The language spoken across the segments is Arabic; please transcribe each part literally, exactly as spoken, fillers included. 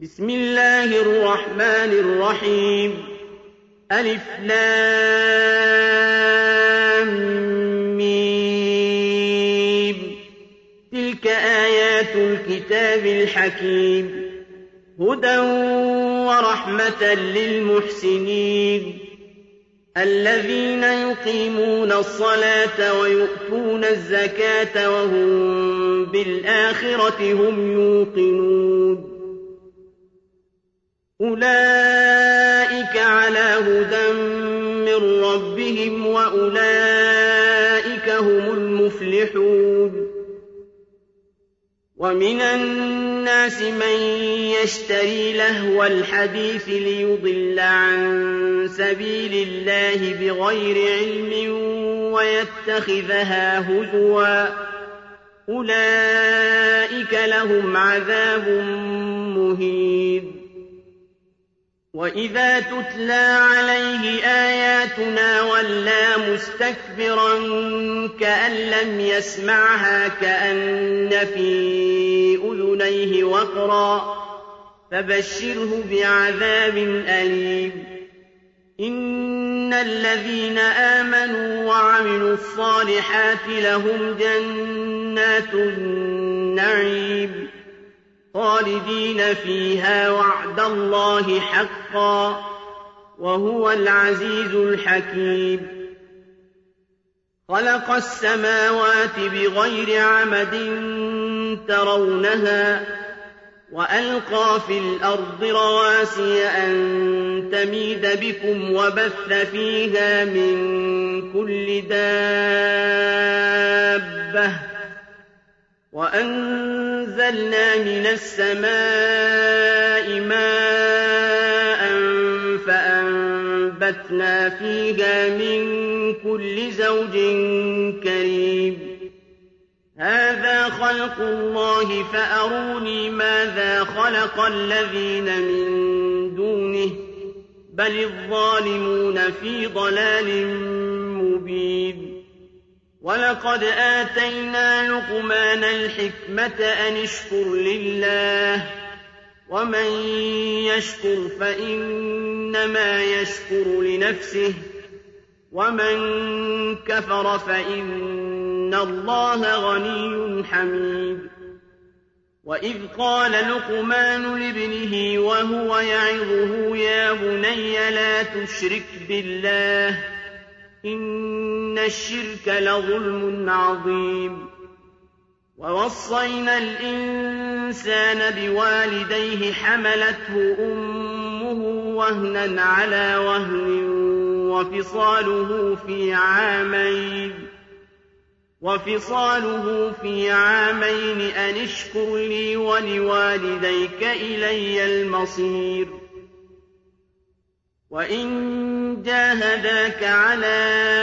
بسم الله الرحمن الرحيم ألف لام ميم تلك آيات الكتاب الحكيم هدى ورحمة للمحسنين الذين يقيمون الصلاة ويؤتون الزكاة وهم بالآخرة هم يوقنون أولئك على هدى من ربهم وأولئك هم المفلحون ومن الناس من يشتري لهو الحديث ليضل عن سبيل الله بغير علم ويتخذها هزوا أولئك لهم عذاب مهين وإذا تتلى عليه آياتنا ولى مستكبرا كأن لم يسمعها كأن في أذنيه وقرا فبشره بعذاب أليم إن الذين آمنوا وعملوا الصالحات لهم جنات النعيم خالدين فيها وعد الله حقا وهو العزيز الحكيم خلق السماوات بغير عمد ترونها وألقى في الأرض رواسي أن تميد بكم وبث فيها من كل دابة وأنزلنا من السماء ماء فأنبتنا فيها من كل زوج كريم هذا خلق الله فأروني ماذا خلق الذين من دونه بل الظالمون في ضلال مبين ولقد آتينا لقمان الحكمة أن اشكر لله ومن يشكر فإنما يشكر لنفسه ومن كفر فإن الله غني حميد وإذ قال لقمان لابنه وهو يعظه يا بني لا تشرك بالله إن الشرك لظلم عظيم ووصينا الإنسان بوالديه حملته أمه وهنا على وهن وفصاله في عامين وفصاله في عامين أن اشكر لي ولوالديك إلي المصير وإن جاهداك على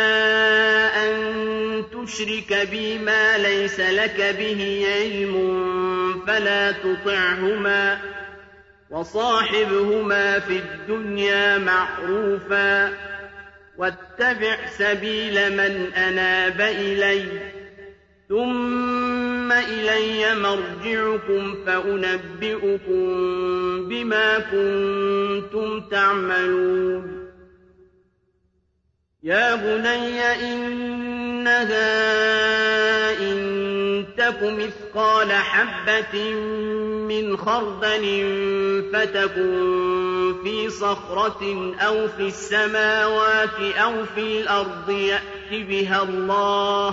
أن تشرك بي ما ليس لك به علم فلا تطعهما وصاحبهما في الدنيا معروفا واتبع سبيل من أناب إلي ثم إلي مرجعكم فأنبئكم بما كنتم تعملون يا بني إنها إن تك مثقال حبة من خردل فتكن في صخرة أو في السماوات أو في الأرض يأت بها الله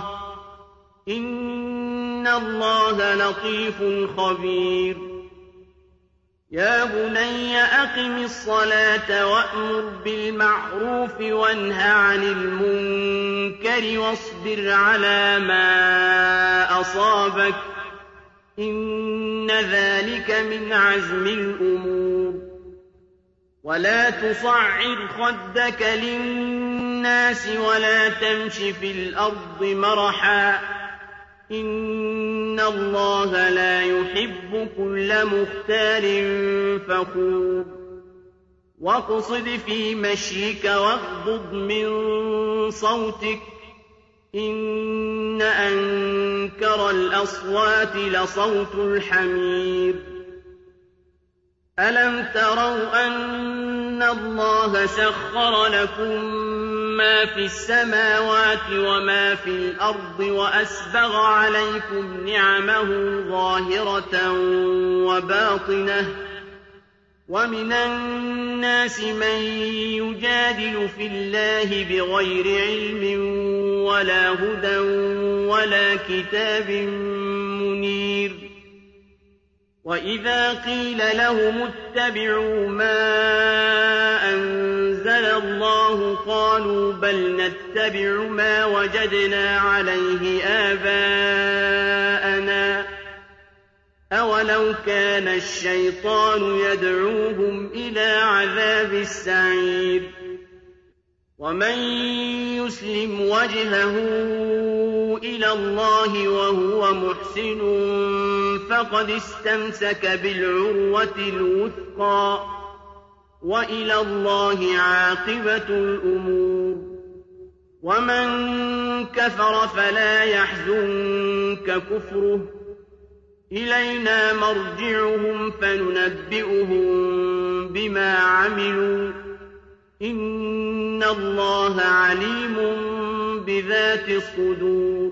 إن الله لطيف خبير يا بني أقم الصلاة وأمر بالمعروف وانه عن المنكر واصبر على ما أصابك إن ذلك من عزم الأمور ولا تصعر خدك للناس ولا تمش في الأرض مرحا إن الله لا يحب كل مختال فخور واقصد في مشيك واغضض من صوتك إن أنكر الأصوات لصوت الحمير أَلَمْ تَرَوْا أَنَّ اللَّهَ سَخَّرَ لَكُم مَّا فِي السَّمَاوَاتِ وَمَا فِي الْأَرْضِ وَأَسْبَغَ عَلَيْكُمْ نِعَمَهُ ظَاهِرَةً وَبَاطِنَةً ۗ وَمِنَ النَّاسِ مَن يُجَادِلُ فِي اللَّهِ بِغَيْرِ عِلْمٍ وَلَا هُدًى وَلَا كِتَابٍ مُّنِيرٍ. وَإِذَا قِيلَ لَهُمُ اتَّبِعُوا مَا أَنزَلَ اللَّهُ قَالُوا بَلْ نَتَّبِعُ مَا وَجَدْنَا عَلَيْهِ آبَاءَنَا ۚ أَوَلَوْ كَانَ الشَّيْطَانُ يَدْعُوهُمْ إِلَىٰ عَذَابِ السَّعِيرِ. وَمَن يُسْلِمْ وَجْهَهُ إِلَى اللَّهِ وَهُوَ مُحْسِنٌ فَقَدِ اسْتَمْسَكَ بِالْعُرْوَةِ الْوُثْقَىٰ ۗ وَإِلَى اللَّهِ عَاقِبَةُ الْأُمُورِ. وَمَن كَفَرَ فَلَا يَحْزُنكَ كُفْرُهُ ۚ إِلَيْنَا مَرْجِعُهُمْ فَنُنَبِّئُهُم بِمَا عَمِلُوا ۚ إِنَّ اللَّهَ عَلِيمٌ بِذَاتِ الصُّدُورِ.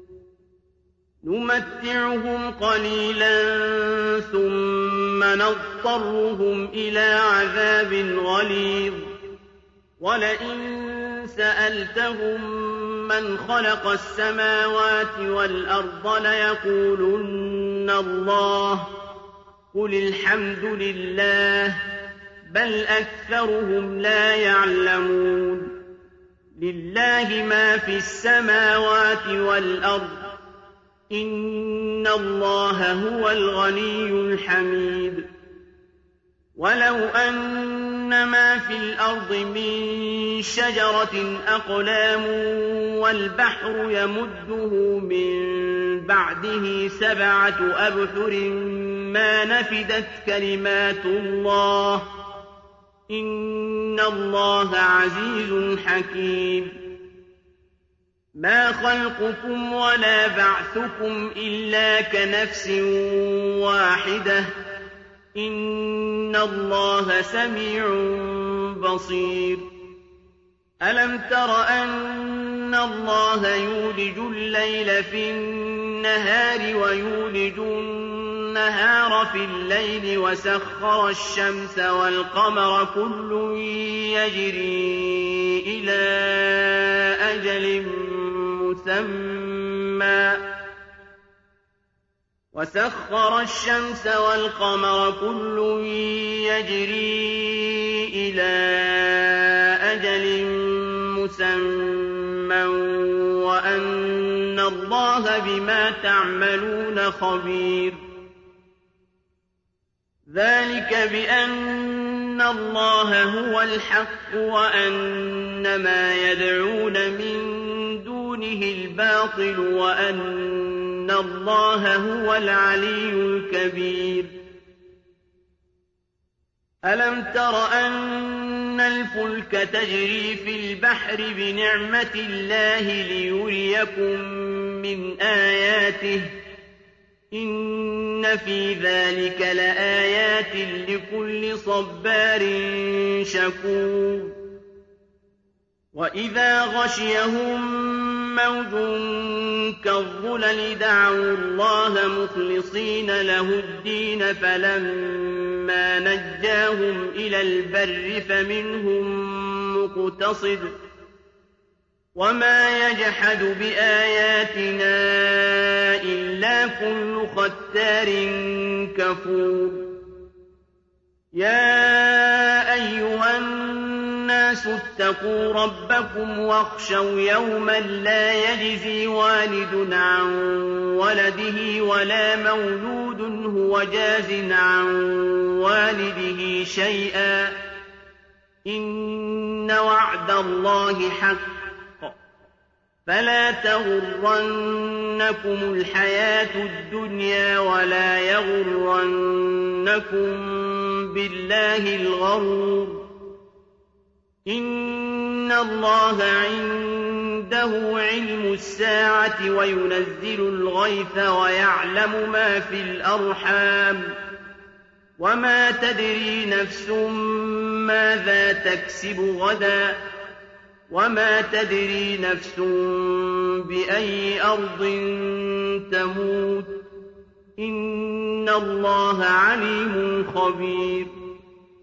نُمَتِّعُهُمْ قَلِيلًا ثُمَّ نَضْطَرُّهُمْ إِلَىٰ عَذَابٍ غَلِيظٍ. وَلَئِن سَأَلْتَهُم مَّنْ خَلَقَ السَّمَاوَاتِ وَالْأَرْضَ لَيَقُولُنَّ اللَّهُ ۚ قُلِ الْحَمْدُ لِلَّهِ ۚ بَلْ أَكْثَرُهُمْ لَا يَعْلَمُونَ. لِلَّهِ مَا فِي السَّمَاوَاتِ وَالْأَرْضِ ۚ إِنَّ اللَّهَ هُوَ الْغَنِيُّ الْحَمِيدُ. وَلَوْ أَنَّ مَا فِي الْأَرْضِ مِن شَجَرَةٍ أَقْلَامٌ وَالْبَحْرُ يَمُدُّهُ مِن بَعْدِهِ سَبْعَةُ أَبْحُرٍ مَّا نَفِدَتْ كَلِمَاتُ اللَّهِ ۗ إِنَّ اللَّهَ عَزِيزٌ حَكِيمٌ. مَا خَلْقُكُمْ وَلَا بَعْثُكُمْ إِلَّا كَنَفْسٍ وَاحِدَةٍ ۗ إِنَّ اللَّهَ سَمِيعٌ بَصِيرٌ. أَلَمْ تَرَ أَنَّ اللَّهَ يُولِجُ اللَّيْلَ فِي النَّهَارِ وَيُولِجُ النَّهَارَ فِي اللَّيْلِ وَسَخَّرَ الشَّمْسَ وَالْقَمَرَ كُلٌّ يَجْرِي إِلَىٰ أَجَلٍ مُّسَمًّى وَسَخَّرَ الشَّمْسَ وَالْقَمَرَ كُلٌّ يَجْرِي إِلَىٰ أَجَلٍ مُّسَمًّى وَأَنَّ اللَّهَ بِمَا تَعْمَلُونَ خَبِيرٌ. ذَٰلِكَ بِأَنَّ اللَّهَ هُوَ الْحَقُّ وَأَنَّ مَا يَدْعُونَ مِن دُونِهِ الْبَاطِلُ وَأَنَّ اللَّهَ هُوَ الْعَلِيُّ الْكَبِيرُ. أَلَمْ تَرَ أَنَّ الْفُلْكَ تَجْرِي فِي الْبَحْرِ بِنِعْمَتِ اللَّهِ لِيُرِيَكُم مِّنْ آيَاتِهِ ۚ إِنَّ فِي ذَٰلِكَ لَآيَاتٍ لِّكُلِّ صَبَّارٍ شَكُورٍ. وَإِذَا غَشِيَهُم مَّوْجٌ كَالظُّلَلِ دَعَوُا اللَّهَ مُخْلِصِينَ لَهُ الدِّينَ فَلَمَّا نَجَّاهُمْ إِلَى الْبَرِّ فَمِنْهُم مُّقْتَصِدٌ ۚ وَمَا يَجْحَدُ بِآيَاتِنَا إِلَّا كُلُّ خَتَّارٍ كَفُورٍ. يَا أَيُّهَا النَّاسُ اتَّقُوا رَبَّكُمْ وَاخْشَوْا يَوْمًا لَّا يَجْزِي وَالِدٌ عَن وَلَدِهِ وَلَا مَوْلُودٌ هُوَ جَازٍ عَن وَالِدِهِ شَيْئًا ۚ إِنَّ وَعْدَ اللَّهِ حَقٌّ ۖ فَلَا تَغُرَّنَّكُمُ الْحَيَاةُ الدُّنْيَا وَلَا يَغُرَّنَّكُم بِاللَّهِ الْغَرُورُ. إِنَّ اللَّهَ عِندَهُ عِلْمُ السَّاعَةِ وَيُنَزِّلُ الْغَيْثَ وَيَعْلَمُ مَا فِي الْأَرْحَامِ ۖ وما تدري نفس ماذا تكسب غدا وما تدري نفس بأي أرض تموت إن الله عليم خبير